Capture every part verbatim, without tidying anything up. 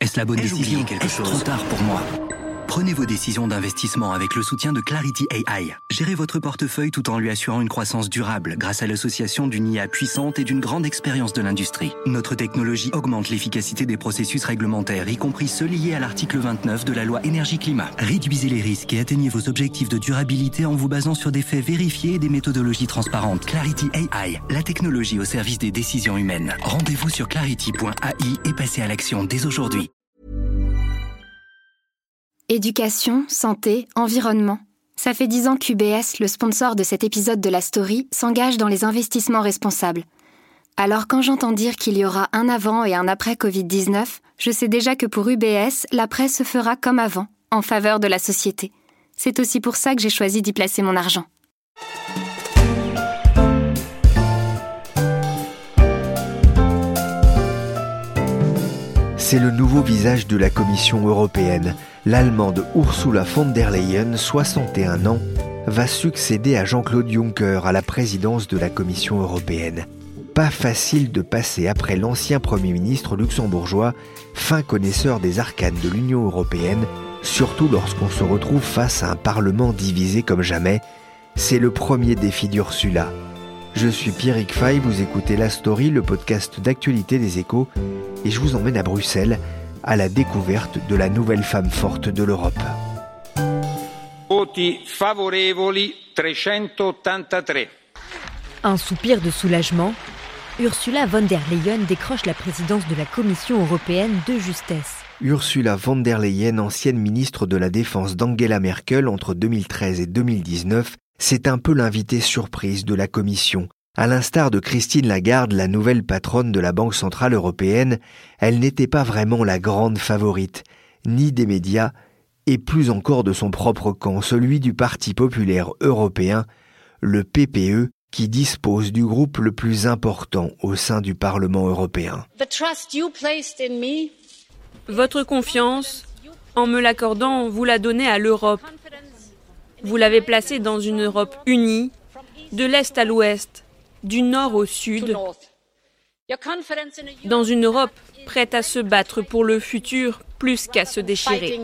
Est-ce la bonne décision? Est-ce trop tard pour moi? Prenez vos décisions d'investissement avec le soutien de Clarity A I. Gérez votre portefeuille tout en lui assurant une croissance durable grâce à l'association d'une I A puissante et d'une grande expérience de l'industrie. Notre technologie augmente l'efficacité des processus réglementaires, y compris ceux liés à l'article vingt-neuf de la loi énergie-climat. Réduisez les risques et atteignez vos objectifs de durabilité en vous basant sur des faits vérifiés et des méthodologies transparentes. Clarity A I, la technologie au service des décisions humaines. Rendez-vous sur clarity point A I et passez à l'action dès aujourd'hui. Éducation, santé, environnement. Ça fait dix ans qu'U B S, le sponsor de cet épisode de la story, s'engage dans les investissements responsables. Alors quand j'entends dire qu'il y aura un avant et un après covid dix-neuf, je sais déjà que pour U B S, l'après se fera comme avant, en faveur de la société. C'est aussi pour ça que j'ai choisi d'y placer mon argent. C'est le nouveau visage de la Commission européenne. L'Allemande Ursula von der Leyen, soixante et un ans, va succéder à Jean-Claude Juncker à la présidence de la Commission européenne. Pas facile de passer après l'ancien Premier ministre luxembourgeois, fin connaisseur des arcanes de l'Union européenne, surtout lorsqu'on se retrouve face à un Parlement divisé comme jamais. C'est le premier défi d'Ursula. Je suis Pierrick Fay, vous écoutez La Story, le podcast d'actualité des Échos, et je vous emmène à Bruxelles, à la découverte de la nouvelle femme forte de l'Europe. Voti favorevoli trecentottantatré. Un soupir de soulagement, Ursula von der Leyen décroche la présidence de la Commission européenne de justesse. Ursula von der Leyen, ancienne ministre de la Défense d'Angela Merkel entre deux mille treize et deux mille dix-neuf, c'est un peu l'invitée surprise de la Commission. À l'instar de Christine Lagarde, la nouvelle patronne de la Banque centrale européenne, elle n'était pas vraiment la grande favorite, ni des médias, et plus encore de son propre camp, celui du Parti populaire européen, le P P E, qui dispose du groupe le plus important au sein du Parlement européen. Votre confiance, en me l'accordant, vous la donnez à l'Europe. Vous l'avez placée dans une Europe unie, de l'Est à l'Ouest, du Nord au Sud, dans une Europe prête à se battre pour le futur plus qu'à se déchirer.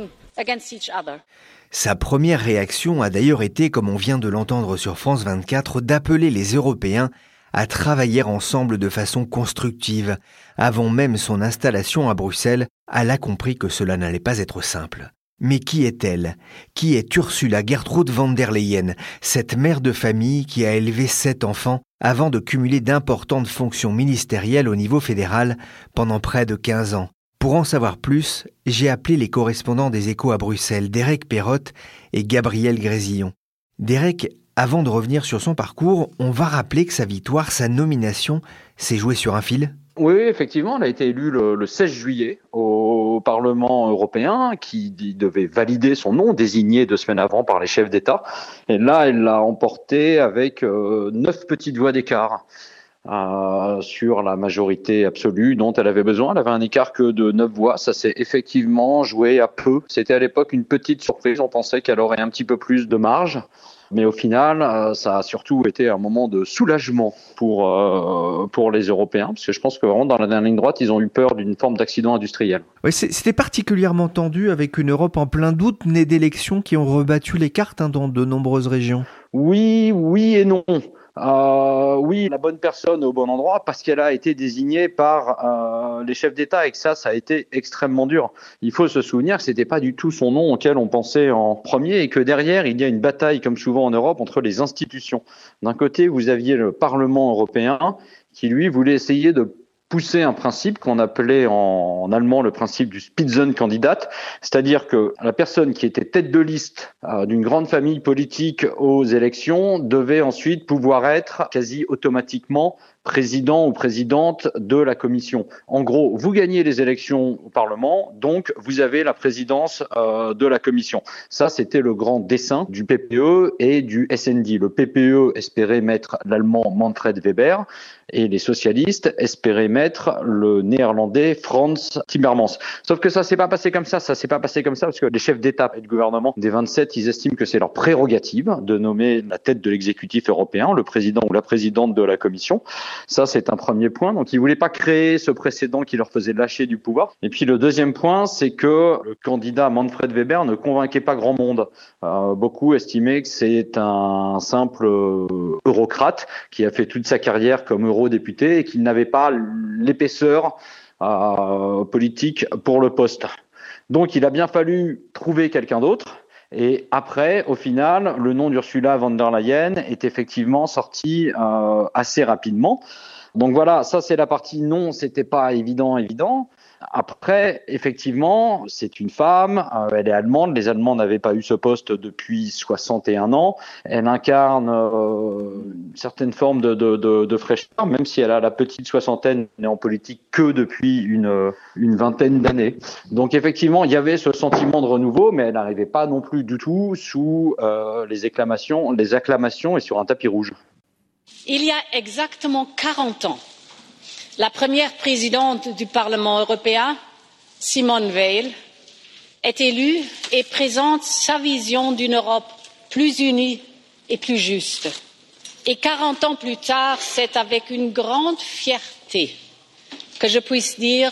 Sa première réaction a d'ailleurs été, comme on vient de l'entendre sur France vingt-quatre, d'appeler les Européens à travailler ensemble de façon constructive. Avant même son installation à Bruxelles, elle a compris que cela n'allait pas être simple. Mais qui est-elle? Qui est Ursula Gertrude von der Leyen, cette mère de famille qui a élevé sept enfants avant de cumuler d'importantes fonctions ministérielles au niveau fédéral pendant près de quinze ans? Pour en savoir plus, j'ai appelé les correspondants des Échos à Bruxelles, Derek Perrotte et Gabriel Grésillon. Derek, avant de revenir sur son parcours, on va rappeler que sa victoire, sa nomination, s'est jouée sur un fil? Oui, effectivement, elle a été élue le, le seize juillet au Parlement européen, qui devait valider son nom, désigné deux semaines avant par les chefs d'État. Et là, elle l'a emporté avec euh, neuf petites voix d'écart euh, sur la majorité absolue dont elle avait besoin. Elle avait un écart que de neuf voix. Ça s'est effectivement joué à peu. C'était à l'époque une petite surprise. On pensait qu'elle aurait un petit peu plus de marge. Mais au final, ça a surtout été un moment de soulagement pour, euh, pour les Européens, parce que je pense que vraiment dans la dernière ligne droite, ils ont eu peur d'une forme d'accident industriel. Oui, c'était particulièrement tendu avec une Europe en plein doute, née d'élections qui ont rebattu les cartes hein, dans de nombreuses régions. Oui, oui et non. Euh, oui, la bonne personne au bon endroit parce qu'elle a été désignée par euh, les chefs d'État et que ça, ça a été extrêmement dur. Il faut se souvenir que c'était pas du tout son nom auquel on pensait en premier et que derrière, il y a une bataille, comme souvent en Europe, entre les institutions. D'un côté, vous aviez le Parlement européen qui, lui, voulait essayer de pousser un principe qu'on appelait en, en allemand le principe du Spitzenkandidat, c'est-à-dire que la personne qui était tête de liste euh, d'une grande famille politique aux élections devait ensuite pouvoir être quasi automatiquement président ou présidente de la commission. En gros, vous gagnez les élections au Parlement, donc vous avez la présidence euh, de la commission. Ça, c'était le grand dessein du P P E et du S N D. Le P P E espérait mettre l'allemand Manfred Weber et les socialistes espéraient mettre le néerlandais Frans Timmermans. Sauf que ça s'est pas passé comme ça, ça s'est pas passé comme ça parce que les chefs d'État et de gouvernement des vingt-sept, ils estiment que c'est leur prérogative de nommer la tête de l'exécutif européen, le président ou la présidente de la commission. Ça, c'est un premier point. Donc, il voulait pas créer ce précédent qui leur faisait lâcher du pouvoir. Et puis, le deuxième point, c'est que le candidat Manfred Weber ne convainquait pas grand monde. Euh, beaucoup estimaient que c'est un simple euh, eurocrate qui a fait toute sa carrière comme eurodéputé et qu'il n'avait pas l'épaisseur euh, politique pour le poste. Donc, il a bien fallu trouver quelqu'un d'autre. Et après, au final, le nom d'Ursula von der Leyen est effectivement sorti euh, assez rapidement. Donc voilà, ça c'est la partie non, c'était pas évident, évident. Après, effectivement, c'est une femme, euh, elle est allemande. Les Allemands n'avaient pas eu ce poste depuis soixante et un ans. Elle incarne euh, une certaine forme de, de, de, de fraîcheur, même si elle a la petite soixantaine, elle n'est en politique que depuis une, une vingtaine d'années. Donc effectivement, il y avait ce sentiment de renouveau, mais elle n'arrivait pas non plus du tout sous euh, les acclamations, les acclamations et sur un tapis rouge. Il y a exactement quarante ans, la première présidente du Parlement européen, Simone Veil, est élue et présente sa vision d'une Europe plus unie et plus juste. Et quarante ans plus tard, c'est avec une grande fierté que je puisse dire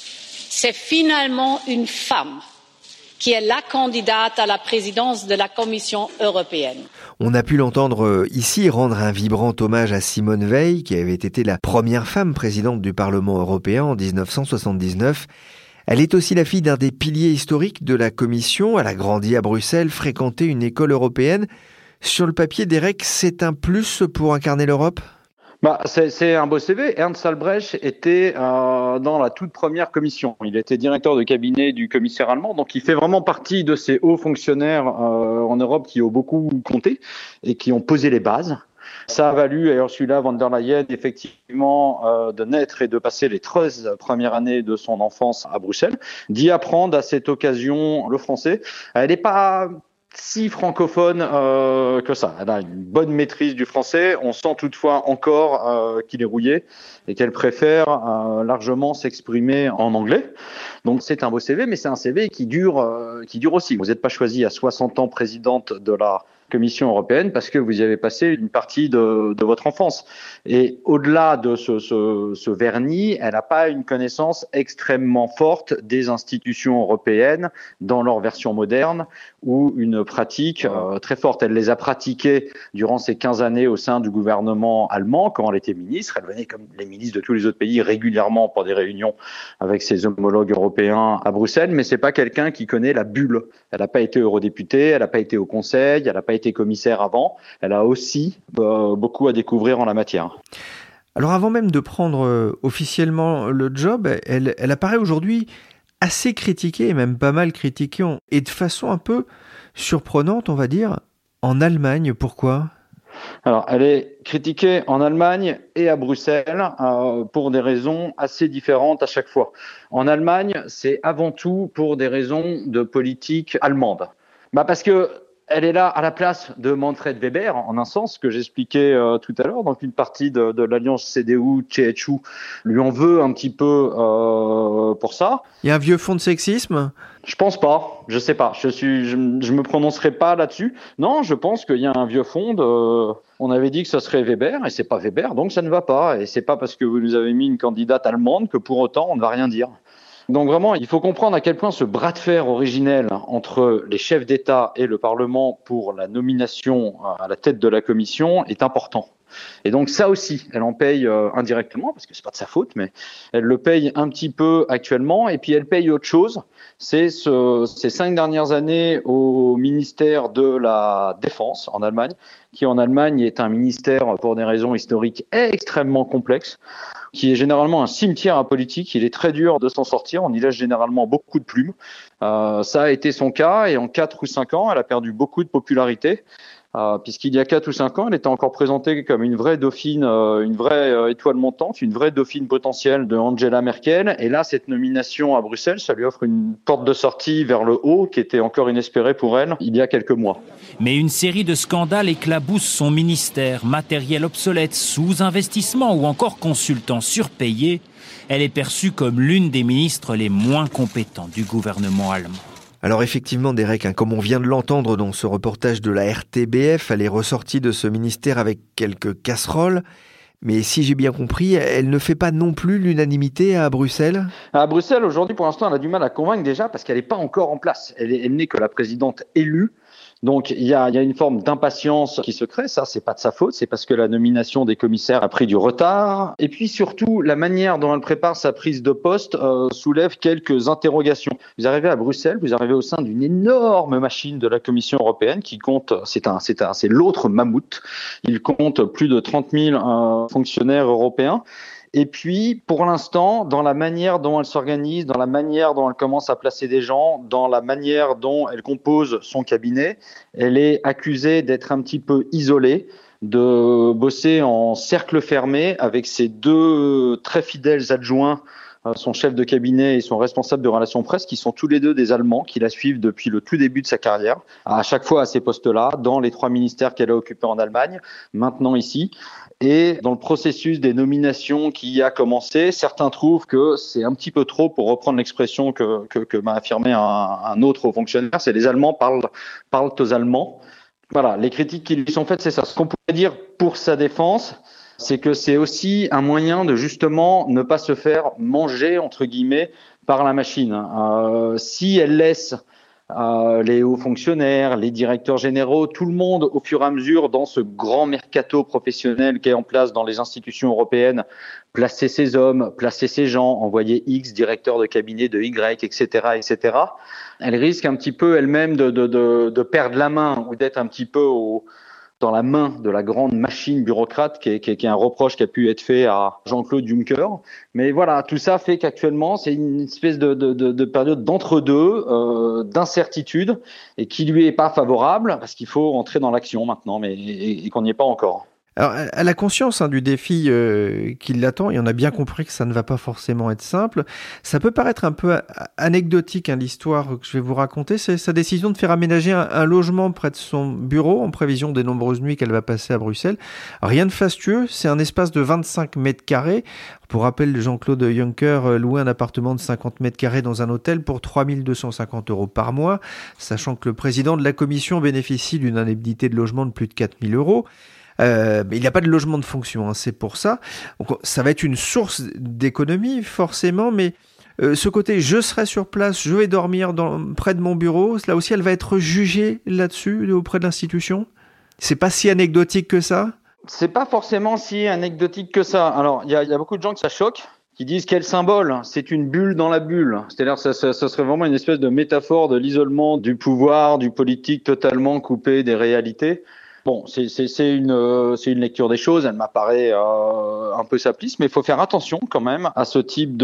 c'est finalement une femme qui est la candidate à la présidence de la Commission européenne. On a pu l'entendre ici rendre un vibrant hommage à Simone Veil, qui avait été la première femme présidente du Parlement européen en dix-neuf cent soixante-dix-neuf. Elle est aussi la fille d'un des piliers historiques de la Commission. Elle a grandi à Bruxelles, fréquenté une école européenne. Sur le papier, Derek, c'est un plus pour incarner l'Europe ? Bah, c'est, c'est un beau C V. Ernst Albrecht était euh, dans la toute première commission. Il était directeur de cabinet du commissaire allemand, donc il fait vraiment partie de ces hauts fonctionnaires euh, en Europe qui ont beaucoup compté et qui ont posé les bases. Ça a valu à Ursula von der Leyen effectivement euh, de naître et de passer les treize premières années de son enfance à Bruxelles, d'y apprendre à cette occasion le français. Elle n'est pas si francophone euh, que ça. Elle a une bonne maîtrise du français. On sent toutefois encore euh, qu'il est rouillé et qu'elle préfère euh, largement s'exprimer en anglais. Donc c'est un beau C V, mais c'est un C V qui dure, euh, qui dure aussi. Vous n'êtes pas choisie à soixante ans présidente de la Commission européenne parce que vous y avez passé une partie de, de votre enfance. Et au-delà de ce, ce, ce vernis, elle n'a pas une connaissance extrêmement forte des institutions européennes dans leur version moderne ou une pratique euh, très forte. Elle les a pratiquées durant ces quinze années au sein du gouvernement allemand quand elle était ministre. Elle venait comme les ministres de tous les autres pays régulièrement pour des réunions avec ses homologues européens à Bruxelles, mais c'est pas quelqu'un qui connaît la bulle. Elle n'a pas été eurodéputée, elle n'a pas été au Conseil, elle n'a pas été commissaire avant. Elle a aussi euh, beaucoup à découvrir en la matière. Alors avant même de prendre euh, officiellement le job, elle, elle apparaît aujourd'hui assez critiquée, et même pas mal critiquée, et de façon un peu surprenante, on va dire, en Allemagne. Pourquoi ? Alors, elle est critiquée en Allemagne et à Bruxelles euh, pour des raisons assez différentes à chaque fois. En Allemagne, c'est avant tout pour des raisons de politique allemande. Bah parce que elle est là à la place de Manfred Weber, en un sens, que j'expliquais euh, tout à l'heure. Donc, une partie de, de l'alliance C D U-C S U lui en veut un petit peu euh, pour ça. Il y a un vieux fond de sexisme ? Je pense pas. Je sais pas. Je suis, je, je me prononcerai pas là-dessus. Non, je pense qu'il y a un vieux fond de... On avait dit que ça serait Weber et c'est pas Weber, donc ça ne va pas. Et c'est pas parce que vous nous avez mis une candidate allemande que pour autant on ne va rien dire. Donc vraiment, il faut comprendre à quel point ce bras de fer originel entre les chefs d'État et le Parlement pour la nomination à la tête de la Commission est important. Et donc ça aussi, elle en paye euh, indirectement, parce que c'est pas de sa faute, mais elle le paye un petit peu actuellement. Et puis elle paye autre chose, c'est ce, ces cinq dernières années au ministère de la Défense en Allemagne, qui en Allemagne est un ministère pour des raisons historiques extrêmement complexes, qui est généralement un cimetière à politique. Il est très dur de s'en sortir, on y laisse généralement beaucoup de plumes. Euh, ça a été son cas, et en quatre ou cinq ans, elle a perdu beaucoup de popularité. Euh, puisqu'il y a quatre ou cinq ans, elle était encore présentée comme une vraie dauphine, euh, une vraie euh, étoile montante, une vraie dauphine potentielle de Angela Merkel. Et là, cette nomination à Bruxelles, ça lui offre une porte de sortie vers le haut qui était encore inespérée pour elle il y a quelques mois. Mais une série de scandales éclabousse son ministère. Matériel obsolète, sous-investissement ou encore consultants surpayés. Elle est perçue comme l'une des ministres les moins compétentes du gouvernement allemand. Alors effectivement, Derek, hein, comme on vient de l'entendre dans ce reportage de la R T B F, elle est ressortie de ce ministère avec quelques casseroles. Mais si j'ai bien compris, elle ne fait pas non plus l'unanimité à Bruxelles ? À Bruxelles, aujourd'hui, pour l'instant, elle a du mal à convaincre déjà parce qu'elle n'est pas encore en place. Elle, est, elle n'est que la présidente élue. Donc, il y a, il y a une forme d'impatience qui se crée. Ça, c'est pas de sa faute. C'est parce que la nomination des commissaires a pris du retard. Et puis, surtout, la manière dont elle prépare sa prise de poste euh, soulève quelques interrogations. Vous arrivez à Bruxelles, vous arrivez au sein d'une énorme machine de la Commission européenne qui compte, c'est un, c'est un, c'est l'autre mammouth. Il compte plus de trente mille euh, fonctionnaires européens. Et puis, pour l'instant, dans la manière dont elle s'organise, dans la manière dont elle commence à placer des gens, dans la manière dont elle compose son cabinet, elle est accusée d'être un petit peu isolée, de bosser en cercle fermé avec ses deux très fidèles adjoints, son chef de cabinet et son responsable de relations presse, qui sont tous les deux des Allemands, qui la suivent depuis le tout début de sa carrière, à chaque fois à ces postes-là, dans les trois ministères qu'elle a occupés en Allemagne, maintenant ici. Et dans le processus des nominations qui a commencé, certains trouvent que c'est un petit peu trop, pour reprendre l'expression que, que, que m'a affirmé un, un autre haut fonctionnaire, c'est les Allemands parlent, parlent aux Allemands. Voilà, les critiques qui lui sont faites, c'est ça. Ce qu'on pourrait dire pour sa défense, c'est que c'est aussi un moyen de justement ne pas se faire manger, entre guillemets, par la machine. Euh, si elle laisse Euh, les hauts fonctionnaires, les directeurs généraux, tout le monde au fur et à mesure dans ce grand mercato professionnel qui est en place dans les institutions européennes, placer ses hommes, placer ses gens, envoyer X directeurs de cabinet de Y, et cetera, et cetera. Elle risque un petit peu elle-même de, de, de, de perdre la main ou d'être un petit peu au dans la main de la grande machine bureaucrate qui est, qui est, qui est un reproche qui a pu être fait à Jean-Claude Juncker. Mais voilà, tout ça fait qu'actuellement, c'est une espèce de, de, de, de période d'entre-deux, euh, d'incertitude, et qui lui est pas favorable, parce qu'il faut entrer dans l'action maintenant, mais et, et qu'on n'y est pas encore. Alors, elle a conscience hein, du défi euh, qui l'attend et on a bien compris que ça ne va pas forcément être simple. Ça peut paraître un peu anecdotique, hein, l'histoire que je vais vous raconter. C'est sa décision de faire aménager un, un logement près de son bureau en prévision des nombreuses nuits qu'elle va passer à Bruxelles. Rien de fastueux, c'est un espace de vingt-cinq mètres carrés. Pour rappel, Jean-Claude Juncker louait un appartement de cinquante mètres carrés dans un hôtel pour trois mille deux cent cinquante euros par mois, sachant que le président de la commission bénéficie d'une indemnité de logement de plus de quatre mille euros. Euh, mais il n'y a pas de logement de fonction, hein, c'est pour ça. Donc, ça va être une source d'économie, forcément, mais euh, ce côté « je serai sur place, je vais dormir dans, près de mon bureau », là aussi, elle va être jugée là-dessus, auprès de l'institution. C'est pas si anecdotique que ça ? C'est pas forcément si anecdotique que ça. Alors, il y a, y a beaucoup de gens que ça choque, qui disent quel symbole, c'est une bulle dans la bulle. C'est-à-dire que ça, ça, ça serait vraiment une espèce de métaphore de l'isolement du pouvoir, du politique totalement coupé des réalités. Bon, c'est, c'est, c'est, une, c'est une lecture des choses, elle m'apparaît euh, un peu sapliste, mais il faut faire attention quand même à ce type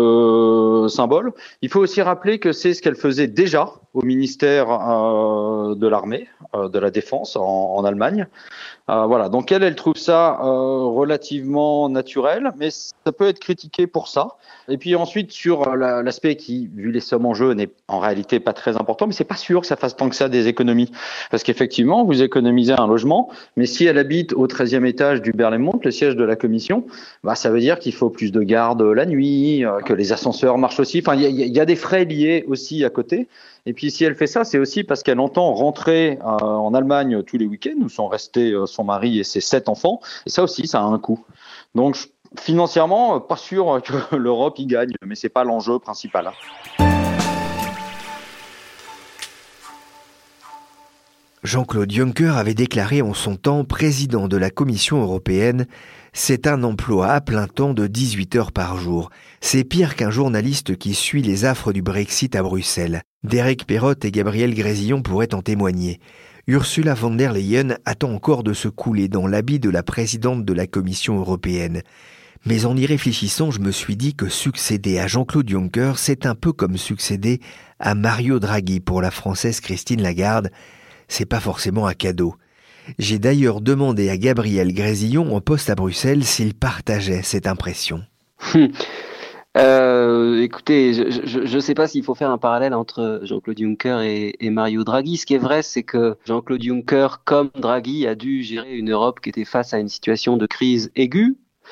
de symbole. Il faut aussi rappeler que c'est ce qu'elle faisait déjà au ministère euh, de l'armée, euh, de la défense en, en Allemagne. Euh, voilà, donc elle, elle trouve ça euh, relativement naturel, mais ça peut être critiqué pour ça. Et puis ensuite, sur la, l'aspect qui, vu les sommes en jeu, n'est en réalité pas très important, mais c'est pas sûr que ça fasse tant que ça des économies. Parce qu'effectivement, vous économisez un logement, mais si elle habite au treizième étage du Berlaymont, le siège de la commission, bah, ça veut dire qu'il faut plus de gardes la nuit, euh, que les ascenseurs marchent aussi. Enfin, il y a, y a des frais liés aussi à côté. Et puis, si elle fait ça, c'est aussi parce qu'elle entend rentrer euh, en Allemagne tous les week-ends, où sont restés euh, son mari et ses sept enfants. Et ça aussi, ça a un coût. Donc, financièrement, pas sûr que l'Europe y gagne, mais c'est pas l'enjeu principal. Jean-Claude Juncker avait déclaré en son temps président de la Commission européenne « C'est un emploi à plein temps de dix-huit heures par jour. C'est pire qu'un journaliste qui suit les affres du Brexit à Bruxelles. » Derek Perrotte et Gabriel Grésillon pourraient en témoigner. Ursula von der Leyen attend encore de se couler dans l'habit de la présidente de la Commission européenne. Mais en y réfléchissant, je me suis dit que succéder à Jean-Claude Juncker, c'est un peu comme succéder à Mario Draghi pour la Française Christine Lagarde. C'est pas forcément un cadeau. J'ai d'ailleurs demandé à Gabriel Grésillon en poste à Bruxelles s'il partageait cette impression. Euh, écoutez, je ne sais pas s'il faut faire un parallèle entre Jean-Claude Juncker et, et Mario Draghi. Ce qui est vrai, c'est que Jean-Claude Juncker, comme Draghi, a dû gérer une Europe qui était face à une situation de crise aiguë.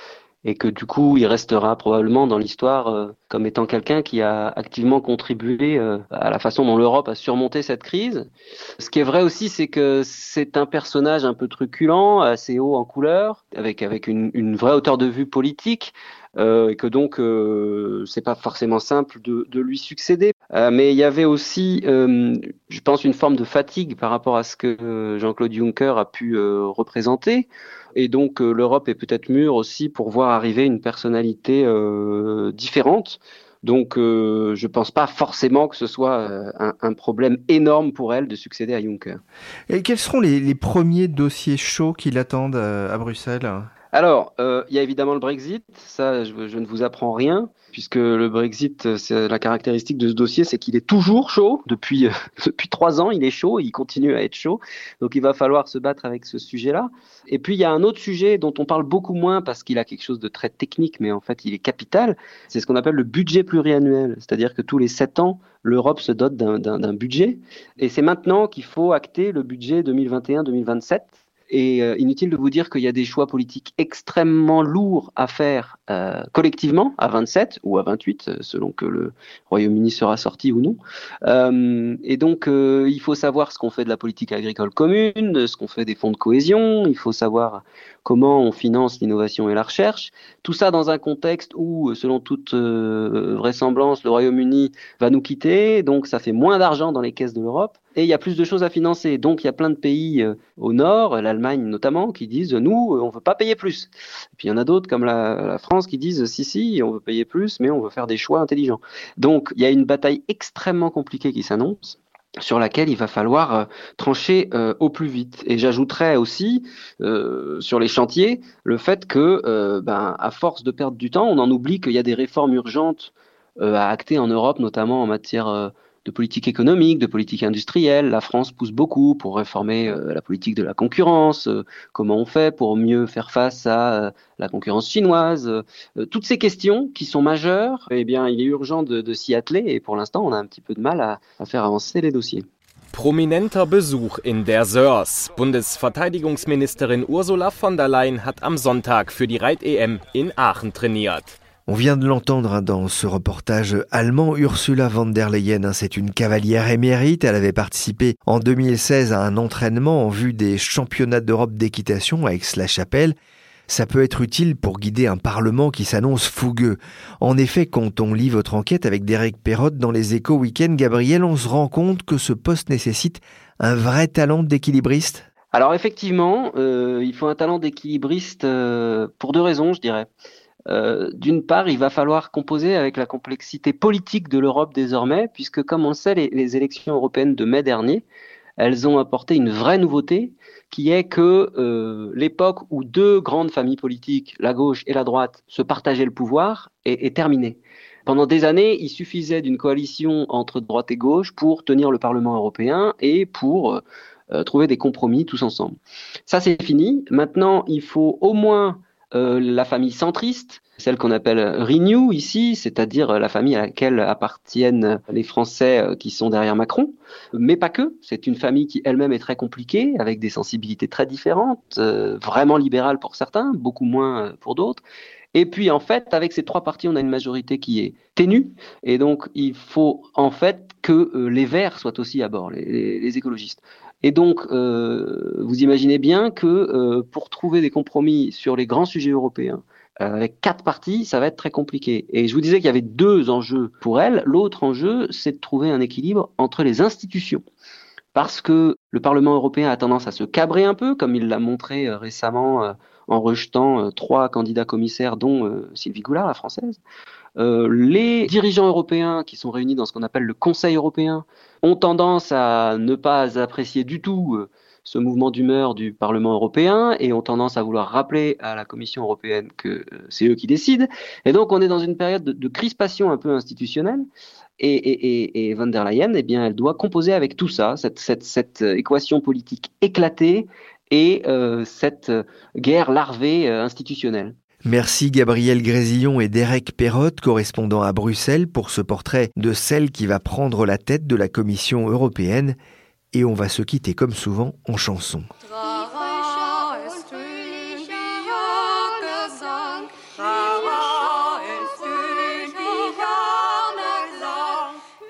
et que du coup, il restera probablement dans l'histoire euh, comme étant quelqu'un qui a activement contribué euh, à la façon dont l'Europe a surmonté cette crise. Ce qui est vrai aussi, c'est que c'est un personnage un peu truculent, assez haut en couleur, avec avec une, une vraie hauteur de vue politique. Euh, et que donc euh, c'est pas forcément simple de, de lui succéder. Euh, mais il y avait aussi, euh, je pense, une forme de fatigue par rapport à ce que euh, Jean-Claude Juncker a pu euh, représenter. Et donc euh, l'Europe est peut-être mûre aussi pour voir arriver une personnalité euh, différente. Donc euh, je pense pas forcément que ce soit euh, un, un problème énorme pour elle de succéder à Juncker. Et quels seront les, les premiers dossiers chauds qui l'attendent à, à Bruxelles ? Alors, euh, il y a évidemment le Brexit, ça je, je ne vous apprends rien, puisque le Brexit, c'est la caractéristique de ce dossier, c'est qu'il est toujours chaud, depuis, euh, depuis trois ans il est chaud, et il continue à être chaud, donc il va falloir se battre avec ce sujet-là. Et puis il y a un autre sujet dont on parle beaucoup moins, parce qu'il a quelque chose de très technique, mais en fait il est capital, c'est ce qu'on appelle le budget pluriannuel, c'est-à-dire que tous les sept ans, l'Europe se dote d'un, d'un, d'un budget, et c'est maintenant qu'il faut acter le budget deux mille vingt et un deux mille vingt-sept. Et euh, inutile de vous dire qu'il y a des choix politiques extrêmement lourds à faire euh, collectivement à vingt-sept ou à vingt-huit, selon que le Royaume-Uni sera sorti ou non. Euh, et donc, euh, il faut savoir ce qu'on fait de la politique agricole commune, ce qu'on fait des fonds de cohésion, il faut savoir comment on finance l'innovation et la recherche. Tout ça dans un contexte où, selon toute euh, vraisemblance, le Royaume-Uni va nous quitter, donc ça fait moins d'argent dans les caisses de l'Europe. Et il y a plus de choses à financer. Donc, il y a plein de pays euh, au nord, l'Allemagne notamment, qui disent « nous, on veut pas payer plus ». Et puis, il y en a d'autres, comme la, la France, qui disent « si, si, on veut payer plus, mais on veut faire des choix intelligents ». Donc, il y a une bataille extrêmement compliquée qui s'annonce, sur laquelle il va falloir euh, trancher euh, au plus vite. Et j'ajouterais aussi, euh, sur les chantiers, le fait que, euh, ben, à force de perdre du temps, on en oublie qu'il y a des réformes urgentes euh, à acter en Europe, notamment en matière euh, de politique économique, de politique industrielle. La France pousse beaucoup pour réformer euh, la politique de la concurrence, euh, comment on fait pour mieux faire face à euh, la concurrence chinoise. Euh, toutes ces questions qui sont majeures, eh bien, il est urgent de, de s'y atteler et pour l'instant, on a un petit peu de mal à, à faire avancer les dossiers. Prominenter Besuch in der S O E R S. Bundesverteidigungsministerin Ursula von der Leyen hat am Sonntag für die Reit-E M in Aachen trainiert. On vient de l'entendre dans ce reportage allemand, Ursula von der Leyen, c'est une cavalière émérite. Elle avait participé en deux mille seize à un entraînement en vue des championnats d'Europe d'équitation à Aix-la-Chapelle. Ça peut être utile pour guider un parlement qui s'annonce fougueux. En effet, quand on lit votre enquête avec Derek Perrotte dans les Échos Week-end, Gabriel, on se rend compte que ce poste nécessite un vrai talent d'équilibriste. Alors effectivement, euh, il faut un talent d'équilibriste euh, pour deux raisons, je dirais. Euh, d'une part, il va falloir composer avec la complexité politique de l'Europe désormais, puisque comme on le sait, les, les élections européennes de mai dernier, elles ont apporté une vraie nouveauté, qui est que euh, l'époque où deux grandes familles politiques, la gauche et la droite, se partageaient le pouvoir, est, est terminée. Pendant des années, il suffisait d'une coalition entre droite et gauche pour tenir le Parlement européen et pour euh, trouver des compromis tous ensemble. Ça, c'est fini. Maintenant, il faut au moins Euh, la famille centriste, celle qu'on appelle Renew ici, c'est-à-dire la famille à laquelle appartiennent les Français euh, qui sont derrière Macron, mais pas que. C'est une famille qui elle-même est très compliquée, avec des sensibilités très différentes, euh, vraiment libérales pour certains, beaucoup moins pour d'autres. Et puis en fait, avec ces trois partis, on a une majorité qui est ténue, et donc il faut en fait que euh, les Verts soient aussi à bord, les, les, les écologistes. Et donc, euh, vous imaginez bien que euh, pour trouver des compromis sur les grands sujets européens, euh, avec quatre partis, ça va être très compliqué. Et je vous disais qu'il y avait deux enjeux pour elle. L'autre enjeu, c'est de trouver un équilibre entre les institutions. Parce que le Parlement européen a tendance à se cabrer un peu, comme il l'a montré euh, récemment euh, en rejetant euh, trois candidats commissaires, dont euh, Sylvie Goulard, la française. Euh, les dirigeants européens qui sont réunis dans ce qu'on appelle le Conseil européen ont tendance à ne pas apprécier du tout euh, ce mouvement d'humeur du Parlement européen et ont tendance à vouloir rappeler à la Commission européenne que euh, c'est eux qui décident. Et donc on est dans une période de, de crispation un peu institutionnelle. Et, et, et von der Leyen, eh bien, elle doit composer avec tout ça, cette, cette, cette équation politique éclatée et euh, cette guerre larvée euh, institutionnelle. Merci Gabriel Grésillon et Derek Perrotte, correspondants à Bruxelles, pour ce portrait de celle qui va prendre la tête de la Commission européenne. Et on va se quitter comme souvent en chanson. Ah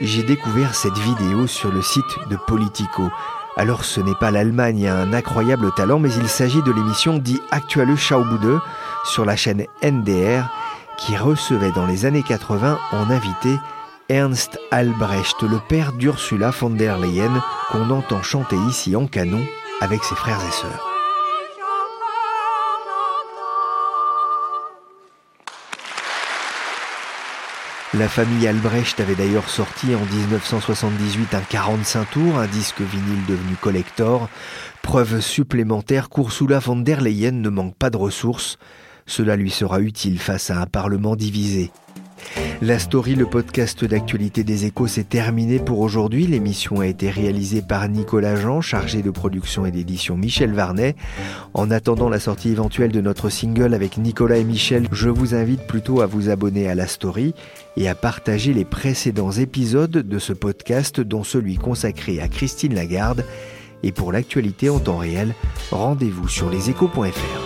j'ai découvert cette vidéo sur le site de Politico. Alors ce n'est pas l'Allemagne à un incroyable talent, mais il s'agit de l'émission Die Aktuelle Schaubude sur la chaîne N D R qui recevait dans les années quatre-vingts en invité Ernst Albrecht, le père d'Ursula von der Leyen, qu'on entend chanter ici en canon avec ses frères et sœurs. La famille Albrecht avait d'ailleurs sorti en dix-neuf cent soixante-dix-huit un quarante-cinq tours, un disque vinyle devenu collector. Preuve supplémentaire qu'Ursula von der Leyen ne manque pas de ressources. Cela lui sera utile face à un Parlement divisé. La Story, le podcast d'actualité des Échos, s'est terminé pour aujourd'hui. L'émission a été réalisée par Nicolas Jean, chargé de production et d'édition Michel Varnet. En attendant la sortie éventuelle de notre single avec Nicolas et Michel, je vous invite plutôt à vous abonner à La Story et à partager les précédents épisodes de ce podcast, dont celui consacré à Christine Lagarde. Et pour l'actualité en temps réel, rendez-vous sur leséchos point f r.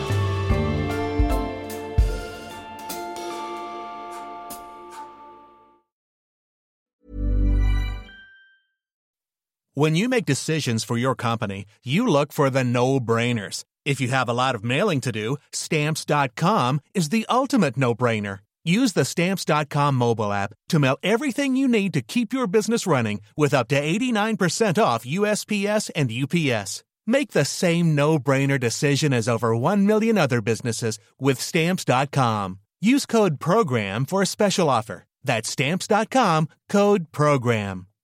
When you make decisions for your company, you look for the no-brainers. If you have a lot of mailing to do, Stamps dot com is the ultimate no-brainer. Use the Stamps dot com mobile app to mail everything you need to keep your business running with up to eighty-nine percent off U S P S and U P S. Make the same no-brainer decision as over one million other businesses with Stamps dot com. Use code PROGRAM for a special offer. That's Stamps dot com, code PROGRAM.